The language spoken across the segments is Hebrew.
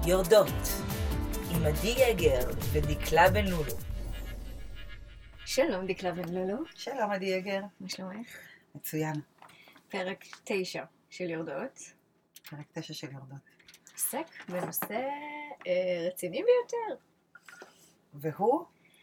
יורדות, עם עדי יגר ודקלה בן לולו. שלום דקלה בן לולו. שלום עדי יגר. מה שלומך? מצוין. פרק 9 של יורדות. פרק 9 של יורדות. עסק בנושא רציני ביותר. והוא?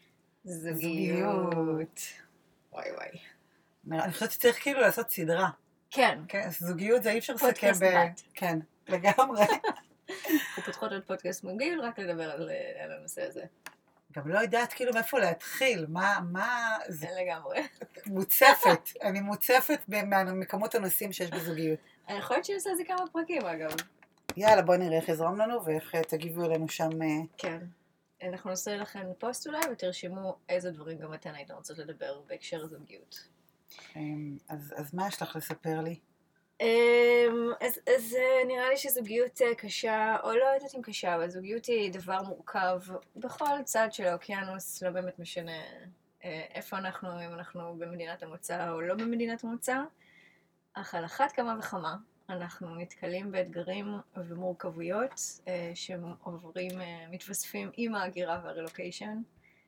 זוגיות. וואי וואי. אני חושבת שצריך כאילו לעשות סדרה. כן. כן, זוגיות זה אי אפשר לסכם פודקאסט בת. כן, לגמרי. אנחנו פותחות עוד פודקאסט מוביל רק לדבר על הנושא הזה. גם לא יודעת כאילו מאיפה להתחיל, מה זה לגמרי. מוצפת, אני מוצפת מכמות הנושאים שיש בזוגיות. אני חושבת שנעשה על זה כמה פרקים אגב. יאללה, בואי נראה איך יזרום לנו ואיך תגיבו אלינו שם. כן. אנחנו נעשה לכם פוסט אולי ותרשמו איזה דברים גם אתן הייתם רוצות לדבר בהקשר הזוגיות. אז מה יש לך לספר לי? אז נראה לי שזוגיות קשה, או לא יודעת אם קשה, אבל זוגיות היא דבר מורכב בכל צד של האוקיינוס, לא באמת משנה איפה אנחנו, אם אנחנו במדינת המוצא או לא במדינת המוצא, אך על אחת כמה וכמה אנחנו נתקלים באתגרים ומורכבויות שעוברים, מתווספים עם ההגירה והרילוקיישן.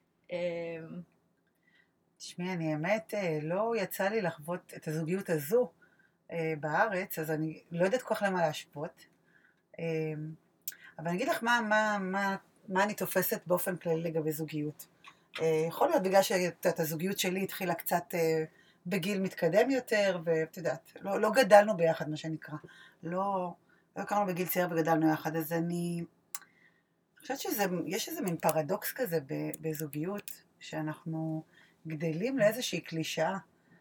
תשמעי, אני האמת לא יצא לי לחוות את הזוגיות הזו בארץ, אז אני לא יודעת כל כך למה להשוות. אבל אני אגיד לך מה אני תופסת באופן כללי לגבי זוגיות. יכול להיות בגלל שאת הזוגיות שלי התחילה קצת בגיל מתקדם יותר, ואת יודעת, לא גדלנו ביחד מה שנקרא. לא הכרנו בגיל צעיר וגדלנו יחד, אז אני חושבת שיש איזה מין פרדוקס כזה בזוגיות, שאנחנו גדלים לאיזושהי קלישאה,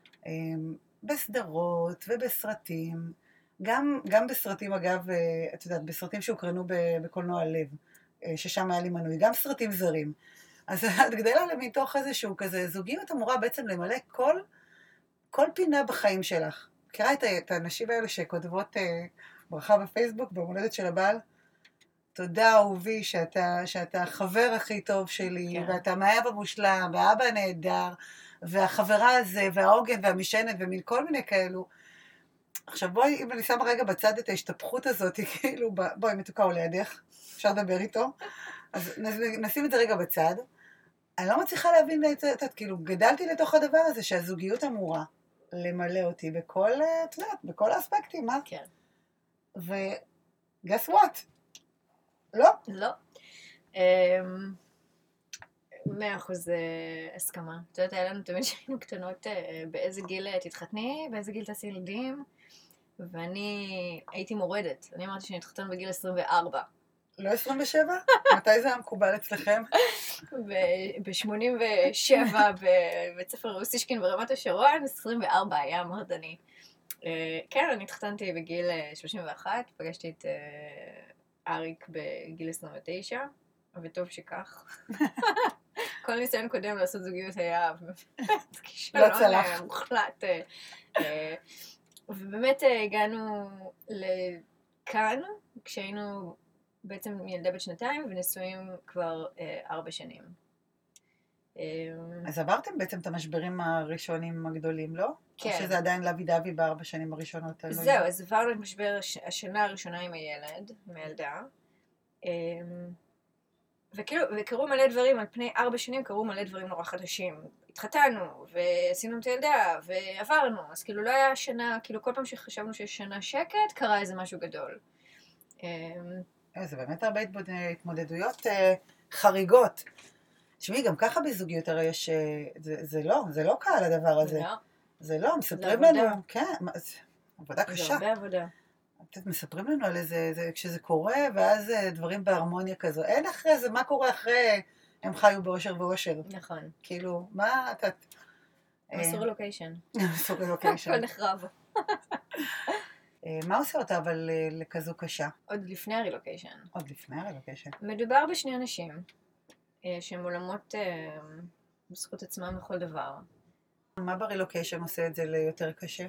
בסדרות ובסרטים, גם בסרטים אגב, את יודעת, בסרטים שהוקרנו בקולנוע לב, ששם היה לי מנוי, גם סרטים זרים. אז את גדלה מתוך איזשהו כזה, זוגיות אמורה בעצם למלא כל פינה בחיים שלך. מכירה את האנשים האלה שכותבות ברכה בפייסבוק, במולדת של הבעל? תודה אהובי שאתה החבר הכי טוב שלי, כן. ואתה מאהב המושלם, והאבא הנהדר, והחברה הזה, והעוגן והמשענת, ומין כל מיני כאלו. עכשיו בואי, אם אני שמה רגע בצד את ההשתפכות הזאת, כאילו, בואי מתוקה או לידך, אפשר לדבר איתו, אז נשים את זה רגע בצד. אני לא מצליחה להבין, כאילו, גדלתי לתוך הדבר הזה, שהזוגיות אמורה למלא אותי בכל, את יודעת, בכל האספקטים, מה? כן. guess what? לא? לא. 100% הסכמה. את יודעת, היה לנו תמיד שהיינו קטנות, באיזה גיל תתחתני, באיזה גיל תעשי ילדים, ואני הייתי מורדת. אני אמרתי שאני אתחתן בגיל 24. לא 27? מתי זה היה מקובל אצלכם? ב-87 בבית ספר אוסישקין ברמת השרון, 24 היה מרדני. כן, אני התחתנתי בגיל 31, פגשתי את אריק בגיל 29, וטוב שכך. כל ניסיון קודם לעשות זוגיות היה לא צלח. מוחלט. ובאמת הגענו לכאן, כשהיינו בעצם ילדה בת 2 ונשואים כבר 4 שנים. אז עברתם בעצם את המשברים הראשונים הגדולים, לא? כן. או שזה עדיין לוי דווי ב4 שנים הראשונות? זהו, אז עברנו את משבר השנה הראשונה עם הילד, עם הילדה. וקראו מלא דברים, על פני 4 שנים קראו מלא דברים נורא חדשים. התחתנו, ועשינו את הילדה, ועברנו. אז כאילו לא היה שנה, כאילו כל פעם שחשבנו שיש שנה שקט, קרה איזה משהו גדול. זה באמת הרבה התמודדויות חריגות. תשמעי, גם ככה בזוגיות הרי יש, זה לא קל הדבר הזה. לא. זה לא, מספרים לנו, כן, עבודה קשה. זה הרבה עבודה. מספרים לנו על איזה, כשזה קורה, ואז דברים בהרמוניה כזו. אין אחרי זה, מה קורה אחרי, הם חיו באושר ואושר. נכון. כאילו, מה אתה... מסור רילוקיישן. מסור רילוקיישן. הכל נחרב. מה עושה אותה אבל לכזו קשה? עוד לפני הרילוקיישן. עוד לפני הרילוקיישן. מדובר בשני אנשים, שהם עולמות בזכות עצמם בכל דבר. מה ברילוקיישן עושה את זה ליותר קשה?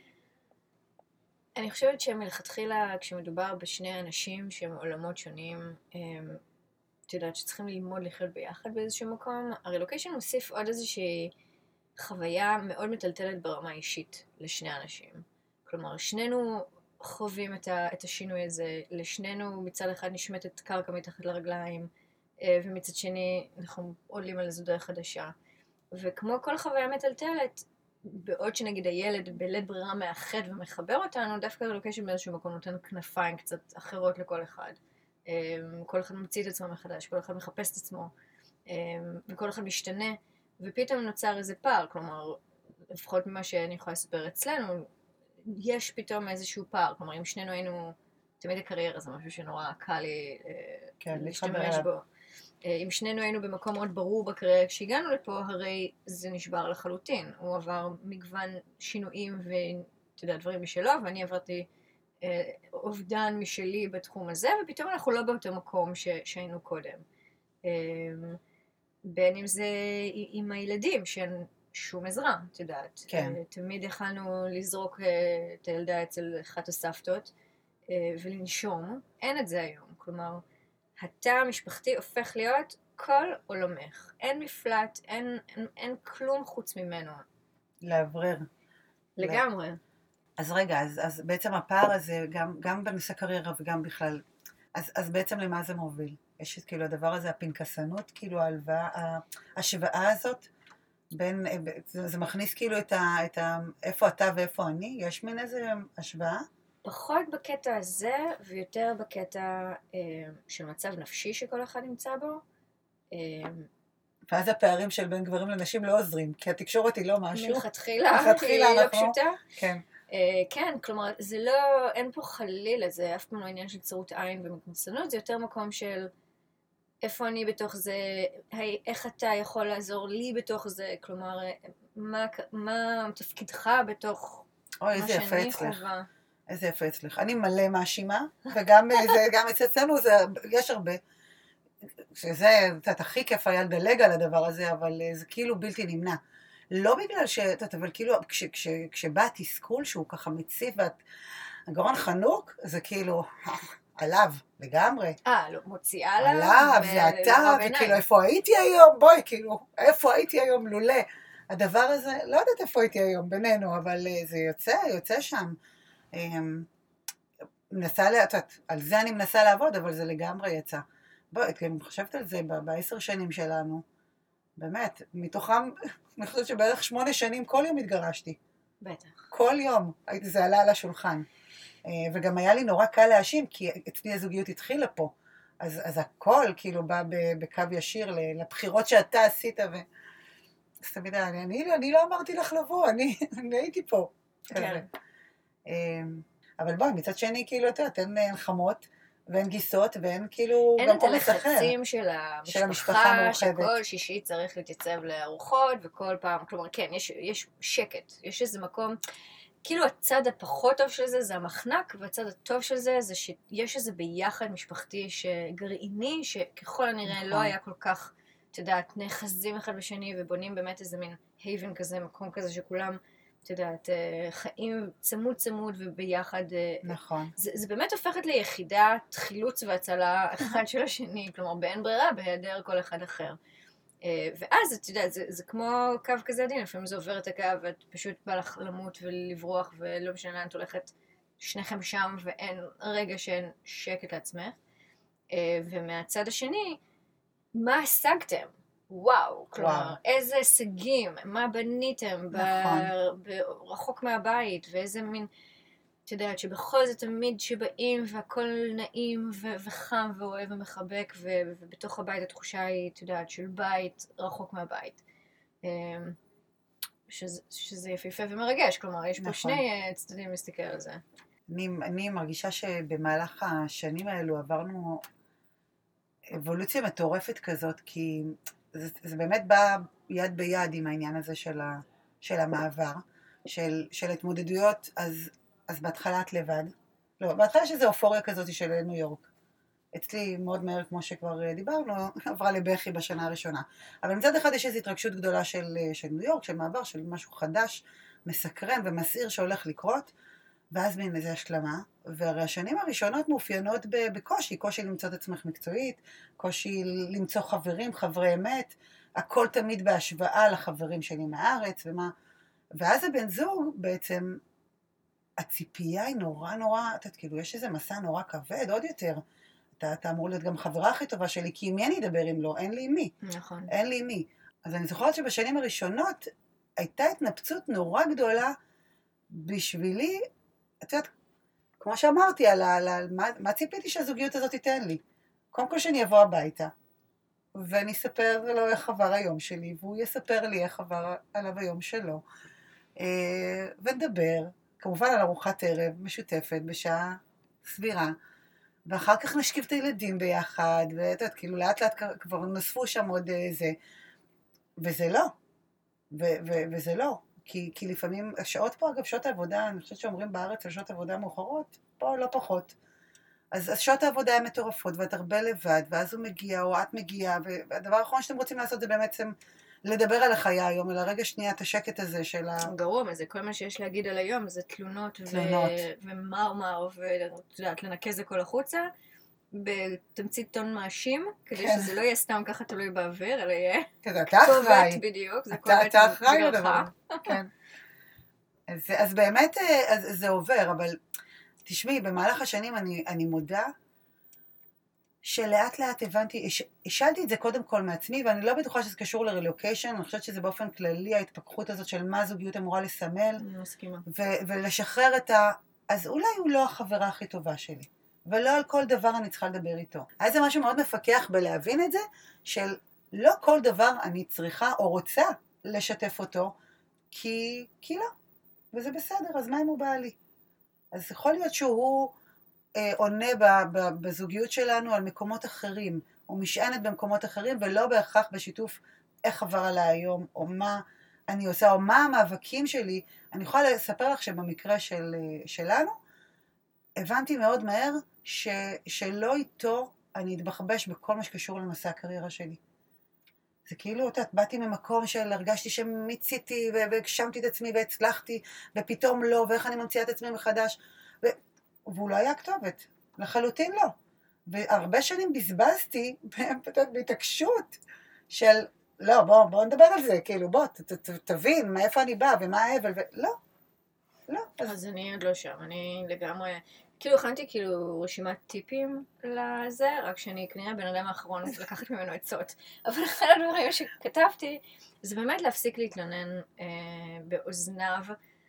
אני חושבת שמלכתחילה, כשמדובר בשני אנשים שהם עולמות שונים, את יודעת שצריכים ללמוד לחיות ביחד באיזשהו מקום, הרילוקיישן מוסיף עוד איזושהי חוויה מאוד מטלטלת ברמה אישית לשני אנשים. כלומר, שנינו חווים את השינוי הזה. לשנינו מצד אחד נשמטת קרקע מתחת לרגליים, ומצד שני אנחנו עולים על איזו דרך חדשה. וכמו כל חוויה מטלטלת, בעוד שנגיד הילד בלית ברירה מאחד ומחבר אותנו, דווקא רילוקיישן באיזשהו מקום נותן כנפיים קצת אחרות לכל אחד. כל אחד ממציא את עצמו מחדש, כל אחד מחפש את עצמו, וכל אחד משתנה, ופתאום נוצר איזה פער, כלומר, לפחות ממה שאני יכולה לספר אצלנו, יש פתאום איזשהו פער, כלומר, אם שנינו היינו, תמיד הקריירה זה משהו שנורא קל לי להשתמש בו. אם שנינו היינו במקום מאוד ברור בקריירה, כשהגענו לפה, הרי זה נשבר לחלוטין. הוא עבר מגוון שינויים ואתה יודע, דברים משלו, ואני עברתי אובדן משלי בתחום הזה, ופתאום אנחנו לא באותו מקום שהיינו קודם. בין אם זה עם הילדים, שאין שום עזרה, את יודעת. כן. תמיד יכלנו לזרוק את הילדה אצל אחת הסבתות, ולנשום. אין את זה היום. כלומר, התא המשפחתי הופך להיות כל עולמך. אין מפלט, אין כלום חוץ ממנו. לעברר. לגמרי. אז רגע, אז בעצם הפער הזה, גם בנושא קריירה וגם בכלל, אז בעצם למה זה מוביל? יש כאילו הדבר הזה, הפנקסנות, כאילו ההשוואה הזאת, זה מכניס כאילו את איפה אתה ואיפה אני? יש מין איזה השוואה? פחות בקטע הזה, ויותר בקטע של מצב נפשי שכל אחד נמצא בו. ואז הפערים של בין גברים לנשים לא עוזרים, כי התקשורת היא לא משהו. מלכתחילה היא לא פשוטה. כן. כן, כלומר, זה לא, אין פה חלילה, זה אף פעם לא עניין של צרות עין ומתנסנות, זה יותר מקום של איפה אני בתוך זה, איך אתה יכול לעזור לי בתוך זה, כלומר, מה תפקידך בתוך מה שאני חובה. איזה יפה אצלך. אני מלא מאשימה, וגם אצלנו יש הרבה, שזה הכי כיף היה לדלג על הדבר הזה, אבל זה כאילו בלתי נמנע. לא בגלל אבל כאילו כשבא תסכול שהוא ככה מציף, והגרון חנוק, זה כאילו עליו לגמרי. לא, מוציאה עליו. עליו, זה אתה, וכאילו איפה הייתי היום, בואי, כאילו, איפה הייתי היום לולא. הדבר הזה, לא יודעת איפה הייתי היום בינינו, אבל זה יוצא שם. על זה אני מנסה לעבוד, אבל זה לגמרי יצא. בואי, אני חושבת על זה ב10 שנים שלנו, באמת, מתוכם, אני חושבת שבערך 8 שנים כל יום התגרשתי. בטח. כל יום, זה עלה על השולחן. וגם היה לי נורא קל להאשים, כי אצלי הזוגיות התחילה פה. אז הכל כאילו בא בקו ישיר לבחירות שאתה עשית, אז תמיד אני לא אמרתי לך לבוא, אני הייתי פה. כן. אבל בואי, מצד שני, כאילו, אין חמות, ואין גיסות, ואין כאילו אין את הלחצים של המשפחה, שכל שישי צריך להתייצב לארוחות, וכל פעם, כלומר, כן, יש שקט, יש איזה מקום, כאילו הצד הפחות טוב של זה המחנק, והצד הטוב של זה שיש איזה ביחד משפחתי גרעיני, שככל הנראה לא היה כל כך, את יודעת, נאחזים אחד בשני, ובונים באמת איזה מין הייבן כזה, מקום כזה שכולם, את יודעת, חיים צמוד וביחד. נכון. זה באמת הופכת ליחידת חילוץ והצלה אחד של השני, כלומר באין ברירה, בהיעדר כל אחד אחר. ואז, את יודעת, זה כמו קו כזה עדין, לפעמים זה עובר את הקו, ואת פשוט בא לך למות ולברוח, ולא משנה לאן את הולכת, שניכם שם, ואין רגע שאין שקט לעצמך. ומהצד השני, מה השגתם? וואו, כלומר, איזה הישגים, מה בניתם רחוק מהבית, ואיזה מין, את יודעת, שבכל זאת תמיד שבאים והכל נעים וחם ואוהב ומחבק, ובתוך הבית התחושה היא, את יודעת, של בית רחוק מהבית. שזה יפיפה ומרגש, כלומר, יש פה שני צדדים להסתכל על זה. אני מרגישה שבמהלך השנים האלו עברנו אבולוציה מטורפת כזאת, כי זה באמת בא יד ביד עם העניין הזה של המעבר, של התמודדויות, אז בהתחלה את לבד. לא, בהתחלה שזה אופוריה כזאת של ניו יורק. אצלי מאוד מהר, כמו שכבר דיברנו, עברה לבכי בשנה הראשונה. אבל מצד אחד יש איזו התרגשות גדולה של ניו יורק, של מעבר, של משהו חדש, מסקרן ומסעיר שהולך לקרות, ואז מן איזו השלמה. והרי השנים הראשונות מאופיינות בקושי, קושי למצוא את עצמך מקצועית, קושי למצוא חברים, חברי אמת, הכל תמיד בהשוואה לחברים שלי מהארץ, ואז הבן זוג בעצם הציפייה היא נורא נורא, אתה יודע, כאילו, יש איזה מסע נורא כבד, עוד יותר. אתה אמור להיות גם חברה הכי טובה שלי, כי עם מי אני אדבר אם לא? אין לי עם מי. נכון. אין לי עם מי. אז אני זוכרת שבשנים הראשונות הייתה התנפצות נורא גדולה בשבילי, את יודעת, כמו שאמרתי, מה ציפיתי שהזוגיות הזאת תיתן לי? קודם כל שאני אבוא הביתה, ואני אספר לו איך עבר היום שלי, והוא יספר לי איך עבר עליו היום שלו. ונדבר, כמובן על ארוחת ערב משותפת בשעה סבירה, ואחר כך נשכיב את הילדים ביחד, ואת יודעת, כאילו לאט לאט כבר נוספו שם עוד זה, וזה לא, וזה לא, כי לפעמים, השעות פה אגב, שעות העבודה, אני חושבת שאומרים בארץ על שעות עבודה מאוחרות, פה לא פחות. אז שעות העבודה הן מטורפות, ואת הרבה לבד, ואז הוא מגיע, או את מגיעה, והדבר האחרון שאתם רוצים לעשות זה בעצם לדבר על החיי היום, אלא רגע שנייה את השקט הזה של גרוע מזה, כל מה שיש להגיד על היום זה תלונות. ומרמר, ואת יודעת, לנקז הכל החוצה, בתמצית טון מאשים, כדי שזה לא יהיה סתם ככה תלוי באוויר, אלא יהיה כתובת בדיוק, זה כתובת בגללך. כן. אז באמת זה עובר, אבל תשמעי, במהלך השנים אני מודה שלאט לאט הבנתי, השאלתי את זה קודם כל מעצמי, ואני לא בטוחה שזה קשור לרילוקיישן, אני חושבת שזה באופן כללי ההתפכחות הזאת של מה הזוגיות אמורה לסמל, אני מסכימה. ולשחרר אז אולי הוא לא החברה הכי טובה שלי, ולא על כל דבר אני צריכה לדבר איתו. אז זה משהו מאוד מפקח בלהבין את זה, של לא כל דבר אני צריכה או רוצה לשתף אותו, כי לא, וזה בסדר, אז מה אם הוא בא לי? אז יכול להיות שהוא עונה בזוגיות שלנו על מקומות אחרים, או משענת במקומות אחרים, ולא בהכרח בשיתוף איך עבר עליי היום, או מה אני עושה, או מה המאבקים שלי. אני יכולה לספר לך שבמקרה שלנו, הבנתי מאוד מהר שלא איתו אני אתבחבש בכל מה שקשור לנושא הקריירה שלי. זה כאילו, באתי ממקום של הרגשתי שמיציתי והגשמתי את עצמי והצלחתי, ופתאום לא, ואיך אני ממציאה את עצמי מחדש, והוא לא היה כתובת, לחלוטין לא. והרבה שנים בזבזתי בהתעקשות של, לא, בוא נדבר על זה, כאילו, בוא, תבין מאיפה אני באה ומה האבל, לא. אז אני עוד לא שם, אני לגמרי, כאילו הכנתי כאילו רשימת טיפים לזה, רק שאני כנראה בן אדם האחרון לקחת ממנו עצות. אבל אחד הדברים שכתבתי, זה באמת להפסיק להתלונן באוזניו,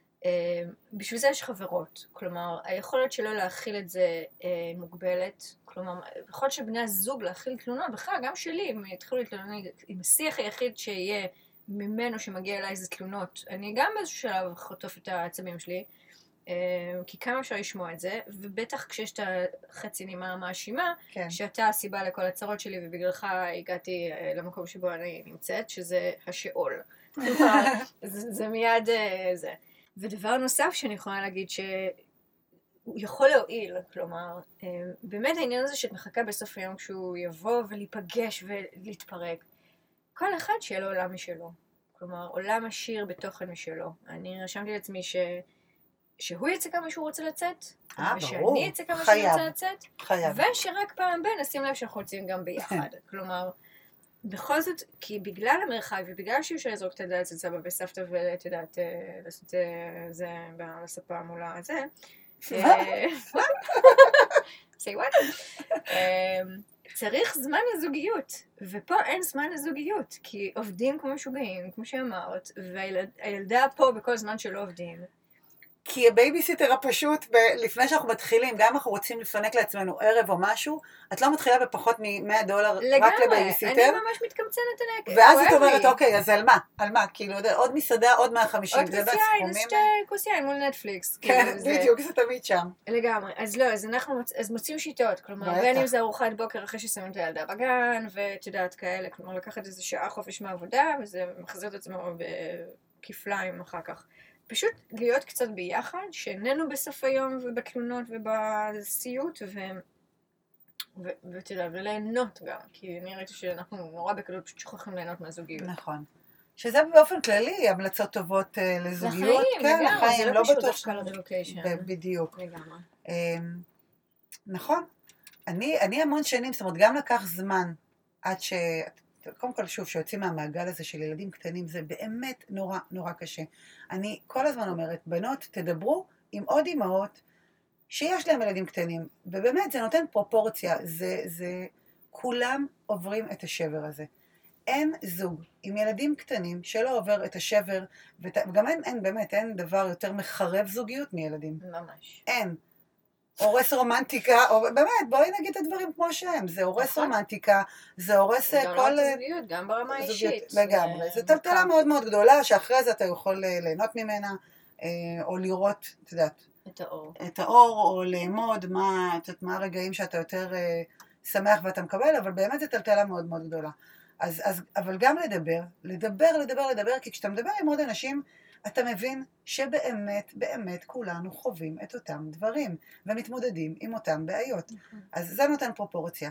בשביל זה יש חברות, כלומר, היכולת שלו להכיל את זה מוגבלת, כלומר, היכולת של בני הזוג להכיל תלונות, בכלל גם שלי, אם יתחילו להתלונן, עם השיח היחיד שיהיה ממנו שמגיע אליי זה תלונות, אני גם באיזשהו שלב חוטוף את העצבים שלי, כי כמה אפשר לשמוע את זה, ובטח כשיש את החצי נימה מאשימה, כן. שאתה הסיבה לכל הצרות שלי, ובגללך הגעתי למקום שבו אני נמצאת, שזה השאול. זה מיד זה. ודבר נוסף שאני יכולה להגיד שהוא יכול להועיל, כלומר, באמת העניין הזה שאת מחכה בסוף היום כשהוא יבוא ולהיפגש ולהתפרק, כל אחד שיהיה לו עולם משלו. כלומר, עולם עשיר בתוכן משלו. אני רשמתי לעצמי שהוא יצא כמה שהוא רוצה לצאת, ושאני יצא כמה שאני רוצה לצאת, ושרק פעם בין נשים לב שאנחנו יוצאים גם ביחד. כלומר, בכל זאת, כי בגלל המרחק ובגלל שהוא של לזרוק את הדלת אצל סבא וסבתא ואת יודעת, לעשות זה בספה מול הזה, say what? צריך זמן לזוגיות, ופה אין זמן לזוגיות, כי עובדים כמו משוגעים, כמו שאמרת, והילדה פה בכל זמן שלא עובדים. כי הבייביסיטר הפשוט, לפני שאנחנו מתחילים, גם אנחנו רוצים לפנק לעצמנו ערב או משהו, את לא מתחילה בפחות מ$100 רק לבייביסיטר. לגמרי, אני ממש מתקמצנת עליה. ואז את אומרת, אוקיי, אז על מה? על מה? כאילו, עוד מסעדה, עוד 150. עוד כוס יין מול נטפליקס. כן, בדיוק, זה תמיד שם. לגמרי. אז לא, אז מוצאים שיטות, כלומר, בין אם זה ארוחת בוקר אחרי ששמים את הילדה בגן, ואת יודעת כאלה, כלומר, לקחת איזו שעה חופש מהעבודה, וזה מחזיר את עצמו בכפליים אחר כך. פשוט להיות קצת ביחד, שאיננו בסוף היום ובתלונות ובסיוט, ואתה יודע, וליהנות גם, כי אני ראיתי שאנחנו נורא בקלות פשוט שוכחים ליהנות מהזוגיות. נכון. שזה באופן כללי המלצות טובות לזוגיות. לחיים, לגמרי, זה לא פשוט דווקא לרילוקיישן. בדיוק. לגמרי. נכון. אני המון שנים, זאת אומרת, גם לקח זמן עד ש... קודם כל, שוב, שיוצאים מהמעגל הזה של ילדים קטנים, זה באמת נורא נורא קשה. אני כל הזמן אומרת, בנות, תדברו עם עוד אימהות שיש להם ילדים קטנים, ובאמת זה נותן פרופורציה, זה כולם עוברים את השבר הזה. אין זוג עם ילדים קטנים שלא עובר את השבר, וגם אין באמת, אין דבר יותר מחרב זוגיות מילדים. ממש. אין. הורס רומנטיקה, או באמת, בואי נגיד את הדברים כמו שהם, זה הורס רומנטיקה, זה הורס כל... גם לא רק זוגיות, גם ברמה האישית. לגמרי, זו טלטלה מאוד מאוד גדולה, שאחרי זה אתה יכול ליהנות ממנה, או לראות, את יודעת, את האור, או לאמוד מה הרגעים שאתה יותר שמח ואתה מקבל, אבל באמת זו טלטלה מאוד מאוד גדולה. אבל גם לדבר, כי כשאתה מדבר עם עוד אנשים, אתה מבין שבאמת, באמת כולנו חווים את אותם דברים, ומתמודדים עם אותם בעיות. אז זה נותן פרופורציה.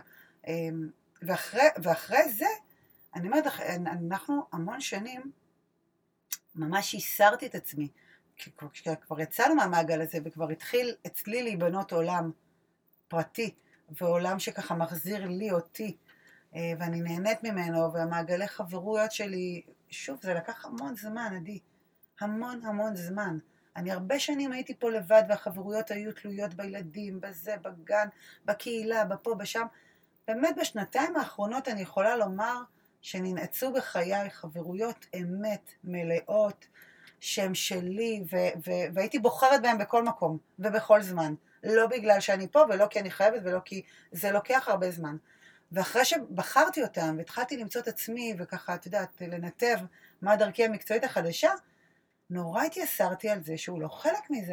ואחרי זה, אני אומרת לך, אנחנו המון שנים, ממש הסרתי את עצמי, כבר יצאנו מהמעגל הזה, וכבר התחיל אצלי להיבנות עולם פרטי, ועולם שככה מחזיר לי אותי, ואני נהנית ממנו, והמעגלי חברויות שלי, שוב, זה לקח המון זמן, עדי. המון זמן. אני הרבה שנים הייתי פה לבד, והחברויות היו תלויות בילדים, בזה, בגן, בקהילה, בפה, בשם. באמת בשנתיים האחרונות אני יכולה לומר שננעצו בחיי חברויות אמת מלאות, שהם שלי, והייתי בוחרת בהם בכל מקום ובכל זמן. לא בגלל שאני פה ולא כי אני חייבת ולא כי זה לוקח הרבה זמן. ואחרי שבחרתי אותם והתחלתי למצוא את עצמי וככה, את יודעת, לנתב מה דרכי המקצועית החדשה, נורא התייסרתי על זה שהוא לא חלק מזה.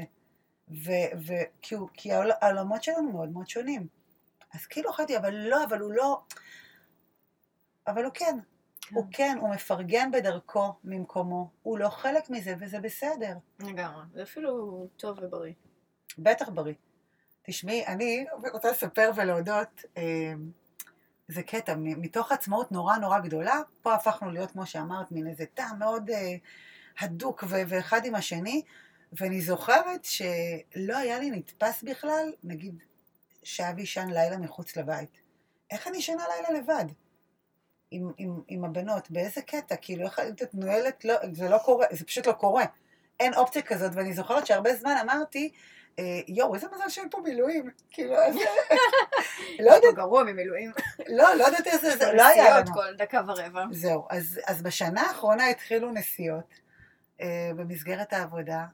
כי העולמות שלנו מאוד מאוד שונים. אז כאילו חייתי, אבל הוא לא, אבל הוא כן. הוא כן, הוא מפרגן בדרכו ממקומו, הוא לא חלק מזה וזה בסדר. לגמרי, זה אפילו טוב ובריא. בטח בריא. תשמעי, אני רוצה לספר ולהודות, זה קטע, מתוך עצמאות נורא גדולה, פה הפכנו להיות, כמו שאמרת, מן איזה טעם מאוד הדוק ואחד עם השני, ואני זוכרת שלא היה לי נתפס בכלל, נגיד, שאבי ישן לילה מחוץ לבית. איך אני ישנה לילה לבד? עם הבנות, באיזה קטע, כאילו, איך את נועלת, לא, זה לא קורה, זה פשוט לא קורה. אין אופציה כזאת, ואני זוכרת שהרבה זמן אמרתי, איזה מזל שאין פה מילואים, כאילו, אז... לא יודעת... גרוע ממילואים. לא יודעת איזה, זה לא היה לנו. כל דקה ורבע. זהו, אז בשנה האחרונה התחילו נסיעות, במסגרת העבודה,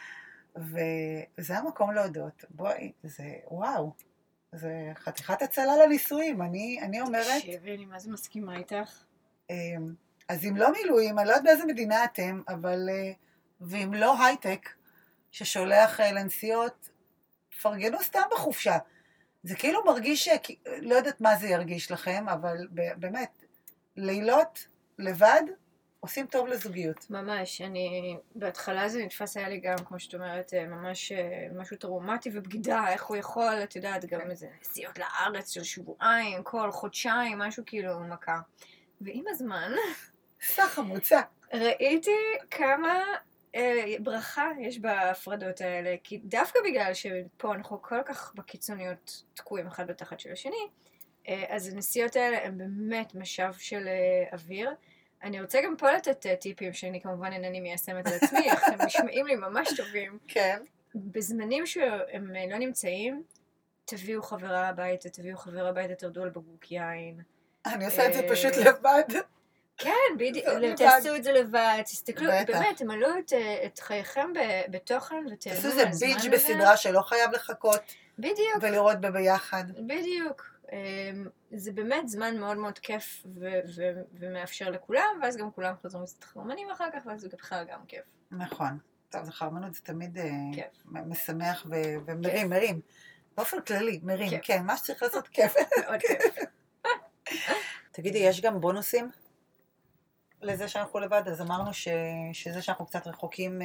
וזה המקום להודות. בואי, זה וואו, זה חתיכת הצלה לניסויים, אני אומרת... תקשיבי, אני מה זה מסכימה איתך? אז אם לא מילואים, אני לא יודעת באיזה מדינה אתם, אבל... ואם לא הייטק, ששולח לנסיעות, פרגנו סתם בחופשה. זה כאילו מרגיש, לא יודעת מה זה ירגיש לכם, אבל באמת, לילות לבד עושים טוב לזוגיות. ממש, בהתחלה זה נתפס היה לי גם, כמו שאת אומרת, ממש משהו טראומטי ובגידה, איך הוא יכול, את יודעת, גם איזה נסיעות לארץ של שבועיים, כל חודשיים, משהו כאילו מכה. ועם הזמן... סך המוצא. ראיתי כמה... ברכה יש בהפרדות האלה, כי דווקא בגלל שפה אנחנו כל כך בקיצוניות תקועים אחד בתחת של השני, אז הנסיעות האלה הן באמת משאב של אוויר. אני רוצה גם פה לתת טיפים שאני כמובן אינני מיישמת לעצמי, אך הם נשמעים לי ממש טובים. כן. בזמנים שהם לא נמצאים, תביאו חברה הביתה, תרדו על בקבוק יין. אני עושה את זה פשוט לבד. כן, בדיוק, תעשו את זה לבד, תסתכלו, באמת, תמלאו את חייכם בתוכן ותהנו מהזמן הזה. תעשו איזה ביץ' בסדרה שלא חייב לחכות. בדיוק. ולראות ביחד. בדיוק. זה באמת זמן מאוד מאוד כיף ומאפשר לכולם, ואז גם כולם חוזרים לסתחרמנים אחר כך, ואז זה בכלל גם כיף. נכון. טוב, זה חרמנות, זה תמיד משמח ומרים. באופן כללי, מרים, כן, מה שצריך לעשות כיף. מאוד כיף. תגידי, יש גם בונוסים? לזה שאנחנו לבד, אז אמרנו שזה שאנחנו קצת רחוקים,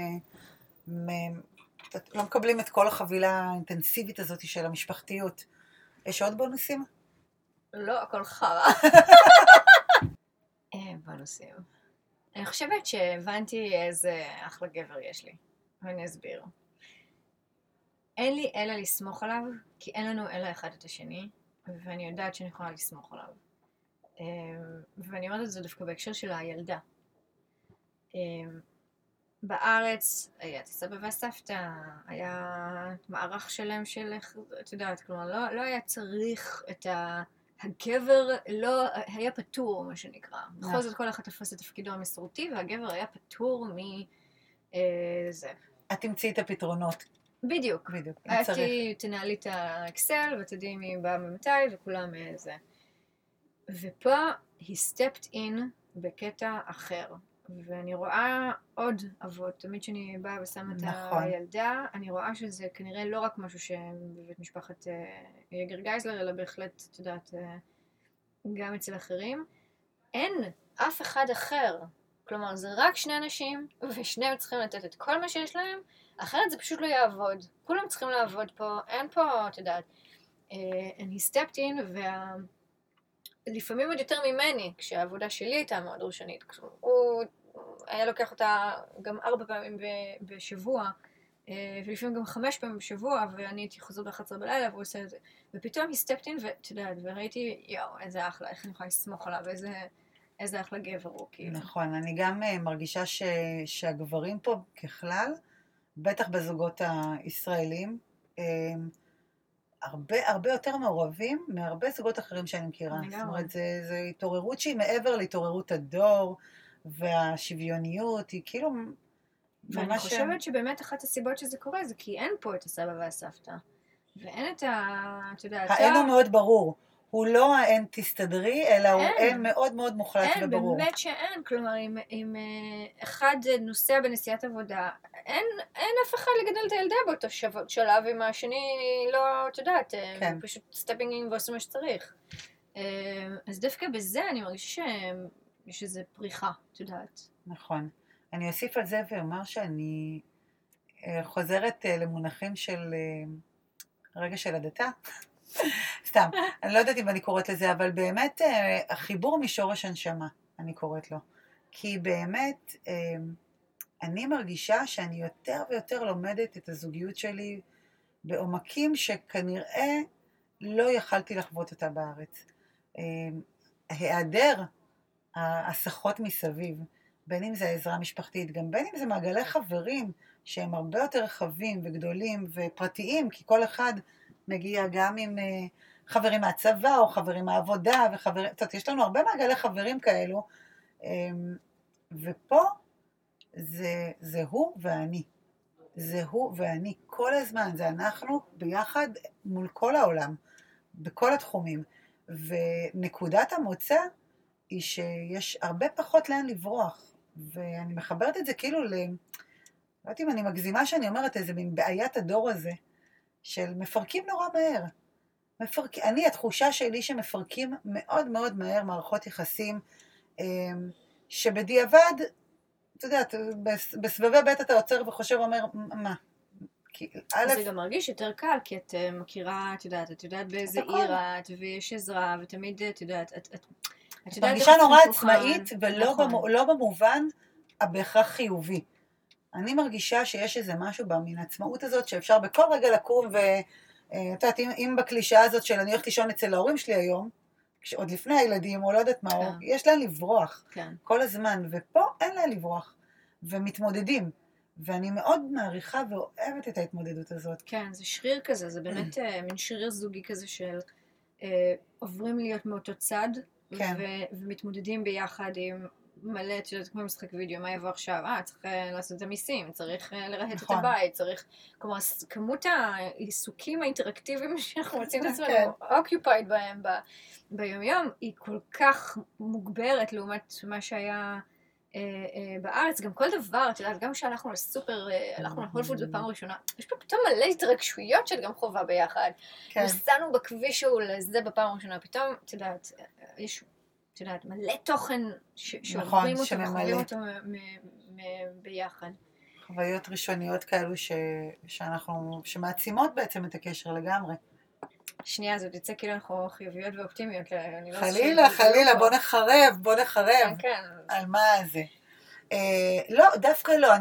לא מקבלים את כל החבילה האינטנסיבית הזאת של המשפחתיות. יש עוד בונוסים? לא, הכל חרא. בונוסים. אני חושבת שהבנתי איזה אחלה גבר יש לי, ואני אסביר. אין לי אלא לסמוך עליו, כי אין לנו אלא אחד את השני, ואני יודעת שאני יכולה לסמוך עליו. ואני אומרת את זה דווקא בהקשר של הילדה. בארץ היה את הסבא והסבתא, היה מערך שלם של, את יודעת, כלומר, לא היה צריך את הגבר, לא, היה פטור, מה שנקרא. בכל זאת כל אחד תפס את תפקידו המסורתי, והגבר היה פטור מזה. את תמצאי את הפתרונות. בדיוק. בדיוק, אם צריך. תנהלי את האקסל, ותדעי מי בא ממתי, וכולם זה. ופה he stepped in בקטע אחר. ואני רואה עוד אבות, תמיד כשאני באה ושמה את הילדה, אני רואה שזה כנראה לא רק משהו שבבית משפחת יגר גייזלר, אלא בהחלט, את יודעת, גם אצל אחרים. אין אף אחד אחר. כלומר, זה רק שני אנשים, ושניהם צריכים לתת את כל מה שיש להם, אחרת זה פשוט לא יעבוד. כולם צריכים לעבוד פה, אין פה, את יודעת. And he stepped in, לפעמים עוד יותר ממני, כשהעבודה שלי הייתה מאוד ראשונית. הוא היה לוקח אותה גם 4 פעמים בשבוע, ולפעמים גם 5 פעמים בשבוע, ואני הייתי חוזרת ב-11 בלילה, והוא עושה את זה. ופתאום היא סטפט אין, וראיתי, יואו, איזה אחלה, איך אני יכולה לסמוך עליו, איזה אחלה גבר הוא, כאילו. נכון, אני גם מרגישה שהגברים פה ככלל, בטח בזוגות הישראלים, הרבה יותר מעורבים מהרבה זוגות אחרים שאני מכירה. זאת אומרת, זו התעוררות שהיא מעבר להתעוררות הדור, והשוויוניות, היא כאילו ואני חושבת שבאמת אחת הסיבות שזה קורה, זה כי אין פה את הסבא והסבתא. ואין את את יודעת... האין הוא מאוד ברור. הוא לא האין תסתדרי, אלא הוא אין מאוד מאוד מוחלט וברור. אין, באמת שאין. כלומר, אם אחד נוסע בנסיעת עבודה, אין אף אחד לגדל את הילדה באותו שלב, עם השני לא, את יודעת, פשוט סטפינגים ועושים מה שצריך. אז דווקא בזה אני מרגישה שיש איזו פריחה, את יודעת. נכון. אני אוסיף על זה ואומר שאני חוזרת למונחים של רגע של הדתה. סתם, אני לא יודעת אם אני קוראת לזה, אבל באמת החיבור משורש הנשמה, אני קוראת לו. כי באמת אני מרגישה שאני יותר ויותר לומדת את הזוגיות שלי בעומקים שכנראה לא יכלתי לחוות אותה בארץ. ההיעדר ההסחות מסביב, בין אם זה העזרה המשפחתית, גם בין אם זה מעגלי חברים שהם הרבה יותר רחבים וגדולים ופרטיים, כי כל אחד מגיע גם עם חברים מהצבא או חברים מהעבודה, יש לנו הרבה מעגלי חברים כאלו, ופה זה הוא ואני. זה הוא ואני כל הזמן, זה אנחנו ביחד מול כל העולם, בכל התחומים. ונקודת המוצא היא שיש הרבה פחות לאן לברוח, ואני מחברת את זה כאילו לא יודעת אם אני מגזימה שאני אומרת איזה מין בעיית הדור הזה, של מפרקים נורא מהר. התחושה שלי שמפרקים מאוד מאוד מהר מערכות יחסים, שבדיעבד, אתה יודעת, בסבבי בית אתה עוצר וחושב ואומר, מה? זה גם מרגיש יותר קל, כי את מכירה, את יודעת באיזה עיר את, ויש עזרה, ותמיד, את יודעת, את מרגישה נורא עצמאית, ולא במובן בהכרח חיובי. אני מרגישה שיש איזה משהו במין עצמאות הזאת, שאפשר בכל רגע לקום, ואת יודעת, אם בקלישה הזאת של אני הולכת לישון אצל ההורים שלי היום, עוד לפני הילדים, או לא יודעת מה, יש להם לברוח כל הזמן, ופה אין להם לברוח, ומתמודדים. ואני מאוד מעריכה ואוהבת את ההתמודדות הזאת. כן, זה שריר כזה, זה באמת מין שריר זוגי כזה של עוברים להיות מאותו צד, ומתמודדים ביחד עם מלא, את יודעת, כמו משחק וידאו, מה יבוא עכשיו? צריך לעשות את המיסים, צריך לרהט את הבית, צריך, כלומר, כמות העיסוקים האינטראקטיביים שאנחנו מוצאים את עצמנו occupied בהם ביום-יום, היא כל כך מוגברת לעומת מה שהיה בארץ. גם כל דבר, את יודעת, גם כשהלכנו לסופר, הלכנו להול פודס בפעם הראשונה, יש פה פתאום מלא התרגשויות של גם חובה ביחד. נסענו בכביש שהוא לזה בפעם הראשונה, פתאום, את יודעת, יש... את יודעת, מלא תוכן שעוברים אותו וחווים אותו ביחד. חוויות ראשוניות כאלו שמעצימות בעצם את הקשר לגמרי. שנייה, זאת יצא כאילו אנחנו חיוביות ואופטימיות. חלילה, בוא נחרב. כן. על מה זה. לא, דווקא לא,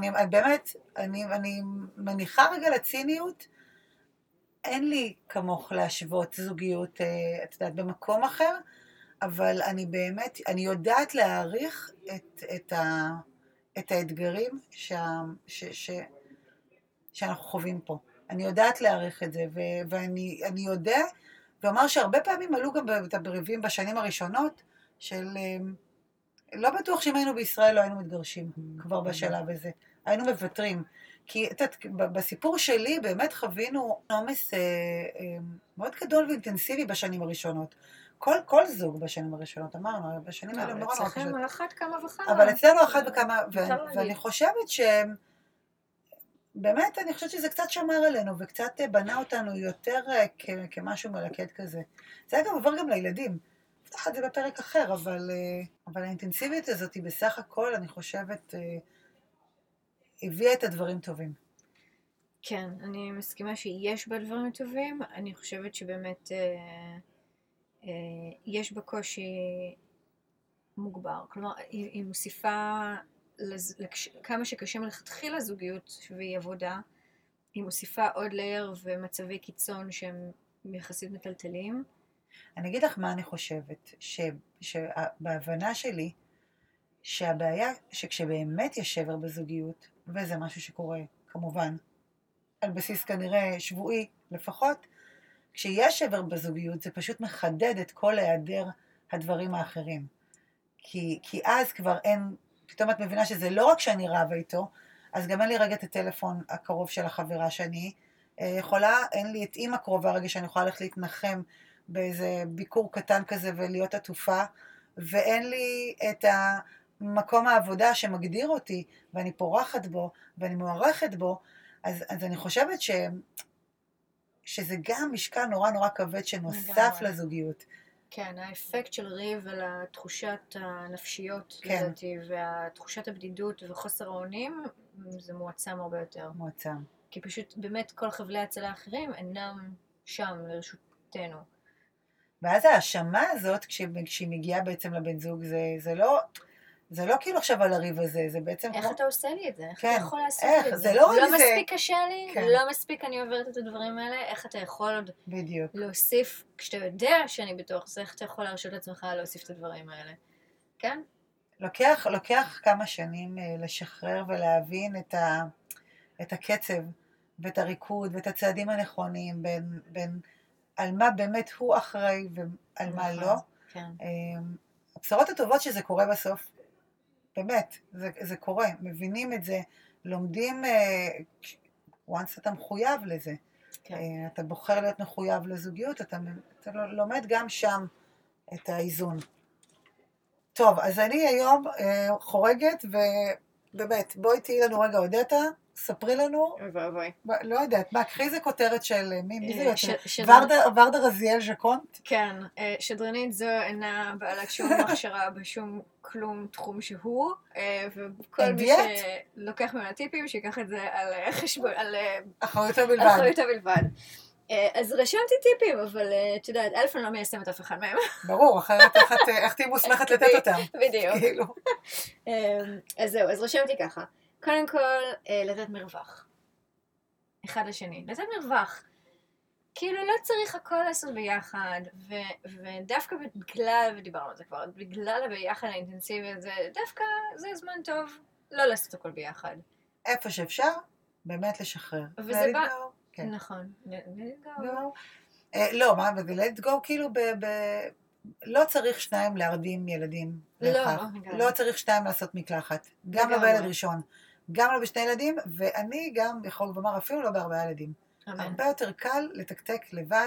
אני מניחה רגע לציניות, אין לי כמוך להשוות זוגיות, את יודעת, במקום אחר, אבל אני באמת, אני יודעת להעריך את האתגרים שאנחנו חווים פה. אני יודעת להעריך את זה, ואני יודע, ואומר שהרבה פעמים עלו גם בריבים בשנים הראשונות, של לא בטוח שאם היינו בישראל לא היינו מתגרשים כבר בשלב הזה. היינו מוותרים. כי בסיפור שלי באמת חווינו עומס מאוד גדול ואינטנסיבי בשנים הראשונות. כל זוג בשנים הראשונות, אמרנו, בשנים האלה נורא נורא אצלכם על אחת כמה וכמה. אבל אצלנו אחת וכמה, ואני חושבת באמת, אני חושבת שזה קצת שמר עלינו, וקצת בנה אותנו יותר כמשהו מלכד כזה. זה היה גם עובר גם לילדים. נפתח את זה בפרק אחר, אבל האינטנסיביות הזאת היא בסך הכל, אני חושבת, הביאה את הדברים טובים. כן, אני מסכימה שיש בה דברים טובים. אני חושבת שבאמת יש בה קושי מוגבר. כלומר, היא מוסיפה כמה שקשה מלכתחילה זוגיות והיא עבודה, היא מוסיפה עוד לייר ומצבי קיצון שהם יחסית מטלטלים. אני אגיד לך מה אני חושבת, שבהבנה שלי, שהבעיה שכשבאמת יש שבר בזוגיות, וזה משהו שקורה כמובן, על בסיס כנראה שבועי לפחות, כשיש שבר בזוגיות זה פשוט מחדד את כל היעדר הדברים האחרים. כי אז כבר אין, פתאום את מבינה שזה לא רק שאני רבה איתו, אז גם אין לי רגע את הטלפון הקרוב של החברה שאני יכולה, אין לי את אמא קרובה רגע שאני יכולה ללכת להתנחם באיזה ביקור קטן כזה ולהיות עטופה, ואין לי את המקום העבודה שמגדיר אותי, ואני פורחת בו, ואני מוערכת בו, אז אני חושבת שזה גם משקל נורא נורא כבד שנוסף לזוגיות. כן, האפקט של ריב על התחושת הנפשיות הזאת, והתחושת הבדידות וחוסר האונים, זה מועצם הרבה יותר. מועצם. כי פשוט באמת כל חבלי ההצלה האחרים אינם שם לרשותנו. ואז ההאשמה הזאת, כשהיא מגיעה בעצם לבן זוג, זה לא כאילו עכשיו על הריב הזה, זה בעצם... איך אתה עושה לי את זה? איך אתה יכול לעשות את זה? לא מספיק קשה לי, לא מספיק אני עוברת את הדברים האלה, איך אתה יכול עוד להוסיף, כשאתה יודע שאני בתוך זה, איך אתה יכול להרשות לעצמך להוסיף את הדברים האלה? כן? לוקח כמה שנים לשחרר ולהבין את הקצב ואת הריקוד ואת הצעדים הנכונים בין על מה באמת הוא אחראי ועל מה לא. הבשורות הטובות שזה קורה בסוף, באמת, זה קורה, מבינים את זה, לומדים, once אתה מחויב לזה, אתה בוחר להיות מחויב לזוגיות, אתה לומד גם שם את האיזון. טוב, אז אני היום חורגת, ובאמת, בואי תהיי לנו רגע הודתה, ספרי לנו, לא יודעת, מה, קחי איזה כותרת של מי זה יותר? ורדה רזיאל ז'קונט? כן, שדרנית זו אינה בעלת שום הכשרה בשום כלום תחום שהוא, וכל מי שלוקח ממנה טיפים, שיקח את זה על אחריותו בלבד. אז רשמתי טיפים, אבל את יודעת, אלף אני לא מיישמת אף אחד מהם. ברור, אחרת איך תהי מוסמכת לתת אותם. בדיוק. אז זהו, אז רשמתי ככה. קודם כל, לתת מרווח. אחד לשני. לתת מרווח. כאילו לא צריך הכל לעשות ביחד, ודווקא בגלל, ודיברנו על זה כבר, בגלל הביחד האינטנסיבי הזה, דווקא זה זמן טוב לא לעשות הכל ביחד. איפה שאפשר, באמת לשחרר. וזה בא... נכון. let go. לא, מה, let go כאילו לא צריך שניים להרדים ילדים. לא צריך שניים לעשות מקלחת. גם לא בילד ראשון. גם לא בשני ילדים, ואני גם יכול לומר אפילו לא בהרבה ילדים. הרבה יותר קל לתקתק לבד.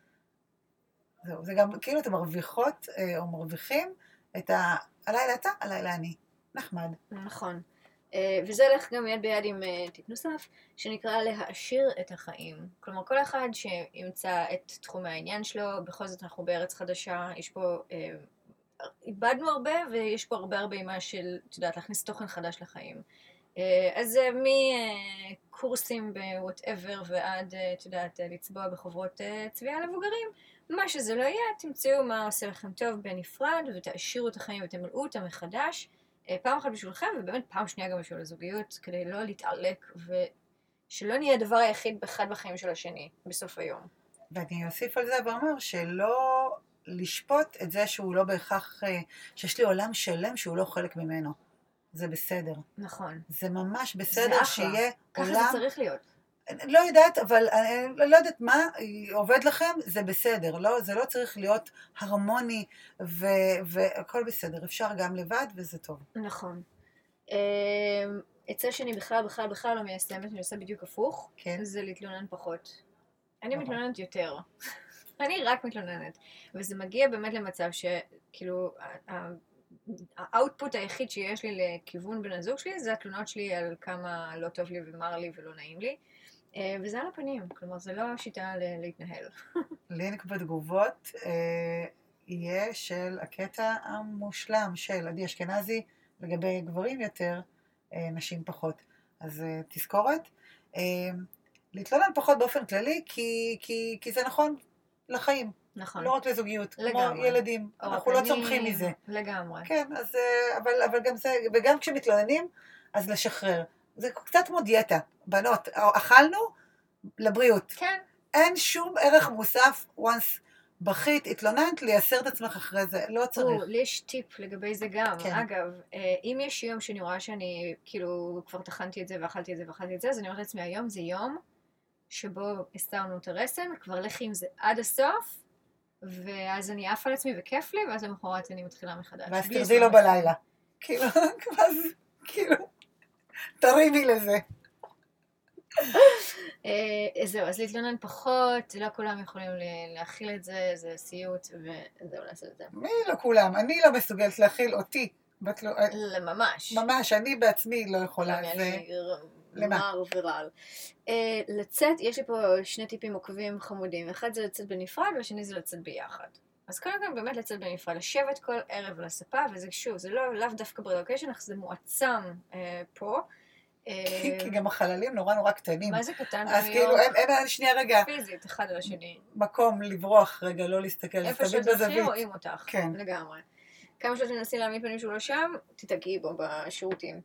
זהו, זה גם כאילו אתם מרוויחות או מרוויחים את הלילה אתה, הלילה אני. נחמד. נכון. וזה הולך גם יד ביד עם טיפ נוסף, שנקרא להעשיר את החיים. כלומר, כל אחד שימצא את תחום העניין שלו, בכל זאת אנחנו בארץ חדשה, יש פה, איבדנו הרבה, ויש פה הרבה אימה של, את יודעת, להכניס תוכן חדש לחיים. אז מקורסים ב-whatever ועד, את יודעת, לצבוע בחוברות צביעה לבוגרים, מה שזה לא יהיה, תמצאו מה עושה לכם טוב בנפרד, ותעשירו את החיים ותמלאו אותם מחדש, פעם אחת בשבילכם, ובאמת פעם שנייה גם בשביל הזוגיות, כדי לא להתעלק, ושלא נהיה הדבר היחיד אחד בחיים של השני, בסוף היום. ואני אוסיף על זה ואומר שלא לשפוט את זה שהוא לא בהכרח, שיש לי עולם שלם שהוא לא חלק ממנו. זה בסדר. נכון. זה ממש זה בסדר אחלה. שיהיה ככה עולם... זה צריך להיות. לא יודעת, אבל אני לא יודעת מה עובד לכם, זה בסדר. לא, זה לא צריך להיות הרמוני והכל בסדר. אפשר גם לבד וזה טוב. נכון. אצל שאני בכלל לא מיישמת, אני עושה בדיוק הפוך, כן. זה להתלונן פחות. אני נכון. מתלוננת יותר. אני רק מתלוננת. וזה מגיע באמת למצב שכאילו, האוטפוט היחיד שיש לי לכיוון בן הזוג שלי, זה התלונות שלי על כמה לא טוב לי ומר לי ולא נעים לי. וזה על הפנים, כלומר, זה לא שיטה להתנהל. לינק בתגובות יהיה של הקטע המושלם של עדי אשכנזי לגבי גברים יותר, נשים פחות. אז תזכורת. להתלונן פחות באופן כללי, כי זה נכון לחיים. נכון. לא רק לזוגיות, לגמרי. כמו ילדים. אנחנו לא צומחים מזה. לגמרי. כן, אז, אבל גם זה, וגם כשמתלוננים, אז לשחרר. זה קצת כמו דיאטה. בנות, אכלנו לבריאות. כן. אין שום ערך מוסף, once בכית, התלוננת, לייסר את עצמך אחרי זה, לא צריך. לי יש טיפ לגבי זה גם. כן. אגב, אם יש יום שאני רואה שאני כאילו כבר טחנתי את זה ואכלתי את זה ואכלתי את זה, אז אני אומרת לעצמי, היום זה יום שבו הסתרנו את הרסן, כבר לכי עם זה עד הסוף, ואז אני עפה על עצמי וכיף לי, ואז למחרת אני מתחילה מחדש. ואז תרדי לו בלילה. כאילו, תרימי לזה. זהו, אז להתלונן פחות, לא כולם יכולים להכיל את זה, זה סיוט, וזהו, לעשות את זה. מי לא כולם? אני לא מסוגלת להכיל אותי. ממש. ממש, אני בעצמי לא יכולה. מר ורעל. לצאת, יש לי פה שני טיפים עוקבים חמודים, אחד זה לצאת בנפרד, והשני זה לצאת ביחד. אז קודם כל באמת לצאת בנפרד, לשבת כל ערב על הספה, וזה שוב, זה לאו דווקא ברילוקיישן, אך זה מועצם פה. כי גם החללים נורא קטנים. מה זה קטן? אז כאילו, אין שנייה רגע. פיזית, אחד על השני. מקום לברוח רגע, לא להסתכל, איפה תמיד שאת בזווית. הכי רואים אותך, כן. לגמרי. כמה שאת תנסי להעמיד פנים שהוא לא שם, תתגעי בו בשירותים.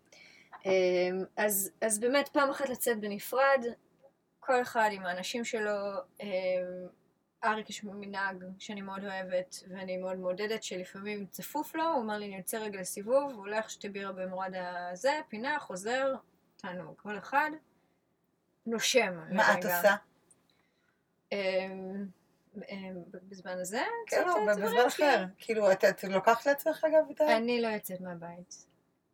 אז באמת פעם אחת לצאת בנפרד, כל אחד עם האנשים שלו, אריק יש מנהג שאני מאוד אוהבת ואני מאוד מעודדת, שלפעמים צפוף לו, הוא אומר לי אני יוצא רגע לסיבוב, הוא הולך שתי בירה במורד הזה, פינה, חוזר, תענוג, כל אחד נושם. מה את עושה? בזמן הזה? כן, לא, בזמן אחר. כאילו, את לוקחת לעצמך אגב? אני לא יוצאת מהבית.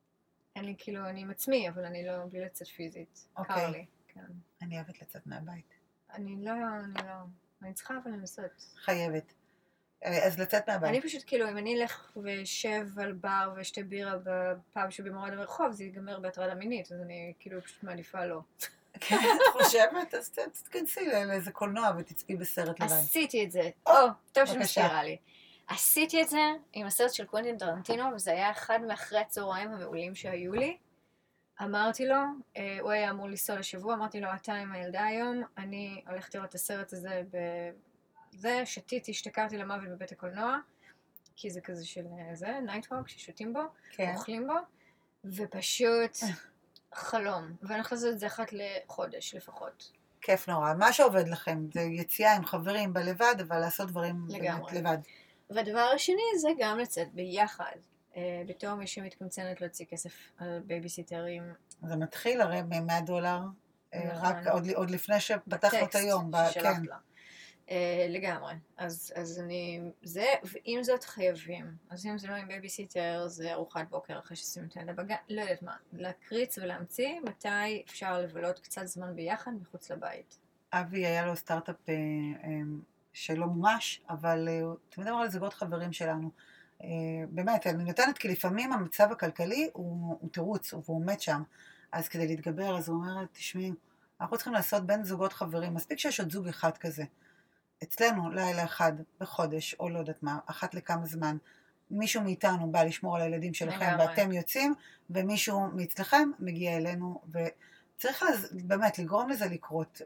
אני עם עצמי, אבל אני לא, בלי לצאת פיזית. קר לי, כן. אני אוהבת לצאת מהבית. אני לא. אני צריכה אבל לנסות. חייבת. אז לצאת מהבית. אני פשוט כאילו, אם אני אלך ושב על בר ושתי בירה בפאב שבמורד הרחוב, זה ייגמר בהטרדה מינית, אז אני כאילו פשוט מעדיפה לא. כן, את חושבת? אז תתכנסי לאיזה קולנוע ותצפי בסרט לבד. עשיתי את זה. טוב שמזכירה לי. עשיתי את זה עם הסרט של קוונטין טרנטינו, וזה היה אחד מאחרי הצהריים המעולים שהיו לי. אמרתי לו, הוא היה אמור לנסוע לשבוע, אמרתי לו, אתה עם הילדה היום, אני הולכת לראות את הסרט הזה בזה, שתיתי, השתכרתי למוות בבית הקולנוע, כי זה כזה של זה, נייטווק, ששותים בו, אוכלים בו, ופשוט חלום. ואני חושבת לעשות את זה אחת לחודש לפחות. כיף נורא. מה שעובד לכם, זה יציאה עם חברים בלבד, אבל לעשות דברים באמת לבד. והדבר השני זה גם לצאת ביחד. בתור מי שמתקמצנת להוציא כסף על בייביסיטרים. זה מתחיל הרי $100, רק עוד לפני שפתחנו את היום. טקסט ששלחת לה. לגמרי. אז אני, זה, ועם זאת חייבים. אז אם זה לא עם בייביסיטר, זה ארוחת בוקר אחרי ששימים את הילדה בגן, לא יודעת מה. להקריץ ולהמציא מתי אפשר לבלות קצת זמן ביחד מחוץ לבית. אבי היה לו סטארט-אפ שלא מומש, אבל תמיד אמר לזוגות חברים שלנו. באמת, אני נותנת כי לפעמים המצב הכלכלי הוא תירוץ, והוא עומד שם. אז כדי להתגבר, אז הוא אומר, תשמעי, אנחנו צריכים לעשות בין זוגות חברים, מספיק שיש עוד זוג אחד כזה. אצלנו, לילה אחד בחודש, או לא יודעת מה, אחת לכמה זמן, מישהו מאיתנו בא לשמור על הילדים שלכם, ואתם יוצאים, ומישהו מאצלכם מגיע אלינו, וצריך באמת לגרום לזה לקרות,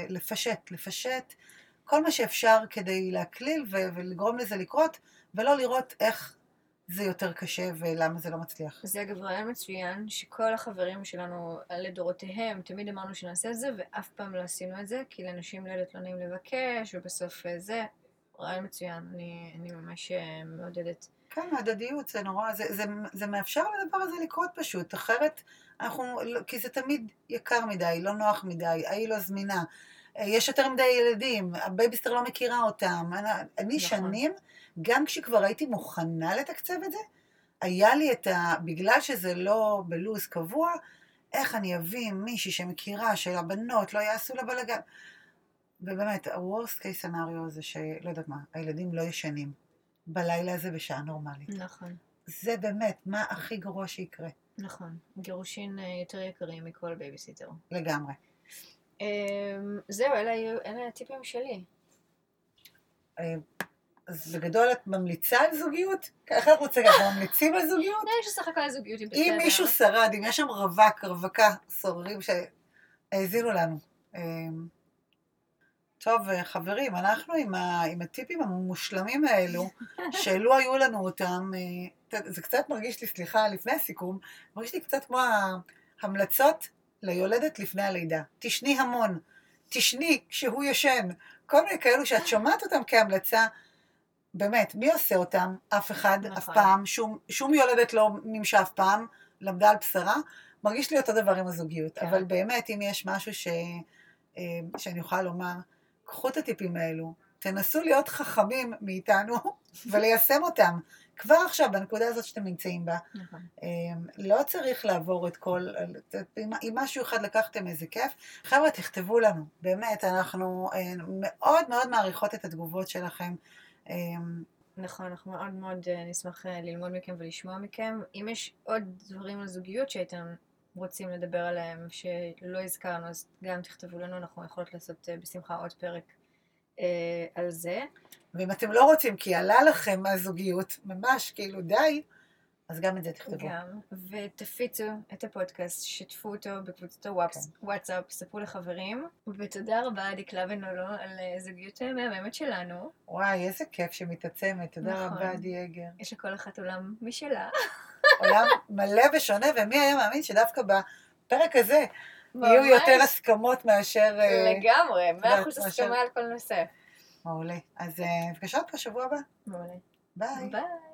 לפשט, כל מה שאפשר כדי להקליל ולגרום לזה לקרות, ולא לראות איך זה יותר קשה ולמה זה לא מצליח. זה אגב רעיון מצוין, שכל החברים שלנו לדורותיהם תמיד אמרנו שנעשה את זה, ואף פעם לא עשינו את זה, כי לאנשים לא נעים לבקש, ובסוף זה רעיון מצוין, אני ממש מעודדת. כן, הדדיות זה נורא, זה מאפשר לדבר הזה לקרות פשוט, אחרת כי זה תמיד יקר מדי, לא נוח מדי, היא לא זמינה, יש יותר מדי ילדים, הבייביסטר לא מכירה אותם, אני שנים, גם כשכבר הייתי מוכנה לתקצב את זה, היה לי בגלל שזה לא בלוז קבוע, איך אני אביא מישהי שמכירה שהבנות לא יעשו לה בלגן. ובאמת, ה-worst case scenario זה שלא יודעת מה, הילדים לא ישנים בלילה הזה בשעה נורמלית. נכון. זה באמת, מה הכי גרוע שיקרה. נכון. גירושין יותר יקרים מכל בייביסיטר. לגמרי. זהו, אלה הטיפים שלי. אז בגדול את ממליצה על זוגיות? איך אנחנו רוצים, אנחנו ממליצים על זוגיות? יש לסך הכל זוגיות היא בסדר. אם מישהו שרד, אם יש שם רווקה, סוררים שהאזינו לנו. טוב, חברים, אנחנו עם הטיפים המושלמים האלו, שאלו היו לנו אותם, זה קצת מרגיש לי, סליחה, לפני הסיכום, מרגיש לי קצת כמו ההמלצות ליולדת לפני הלידה. תשני המון, תשני כשהוא ישן, כל מיני כאלו שאת שומעת אותם כהמלצה, באמת, מי עושה אותם? אף אחד, אף פעם, שום יולדת לא נמשה אף פעם, למדה על בשרה, מרגיש לי אותו דבר עם הזוגיות, אבל באמת, אם יש משהו שאני יכולה לומר, קחו את הטיפים האלו, תנסו להיות חכמים מאיתנו וליישם אותם. כבר עכשיו, בנקודה הזאת שאתם נמצאים בה, לא צריך לעבור את כל, אם משהו אחד לקחתם איזה כיף, חבר'ה, תכתבו לנו, באמת, אנחנו מאוד מאוד מעריכות את התגובות שלכם. נכון, אנחנו מאוד מאוד נשמח ללמוד מכם ולשמוע מכם. אם יש עוד דברים על זוגיות שהייתם רוצים לדבר עליהם שלא הזכרנו, אז גם תכתבו לנו, אנחנו יכולות לעשות בשמחה עוד פרק על זה. ואם אתם לא רוצים, כי עלה לכם מהזוגיות, ממש כאילו די, אז גם את זה תכתבו. גם, ותפיצו את הפודקאסט, שתפו אותו בקבוצת הוואטסאפ, ספרו לחברים, ותודה רבה דקלה ונולו על זוגיות מהממת שלנו. וואי, איזה כיף שמתעצמת, תודה רבה עדי אגר. יש לכל אחת עולם משלה. עולם מלא ושונה, ומי היה מאמין שדווקא בפרק הזה יהיו יותר הסכמות מאשר... לגמרי, 100% הסכמה על כל נושא. מעולה. אז נפגשות בשבוע הבא. מעולה. ביי. ביי.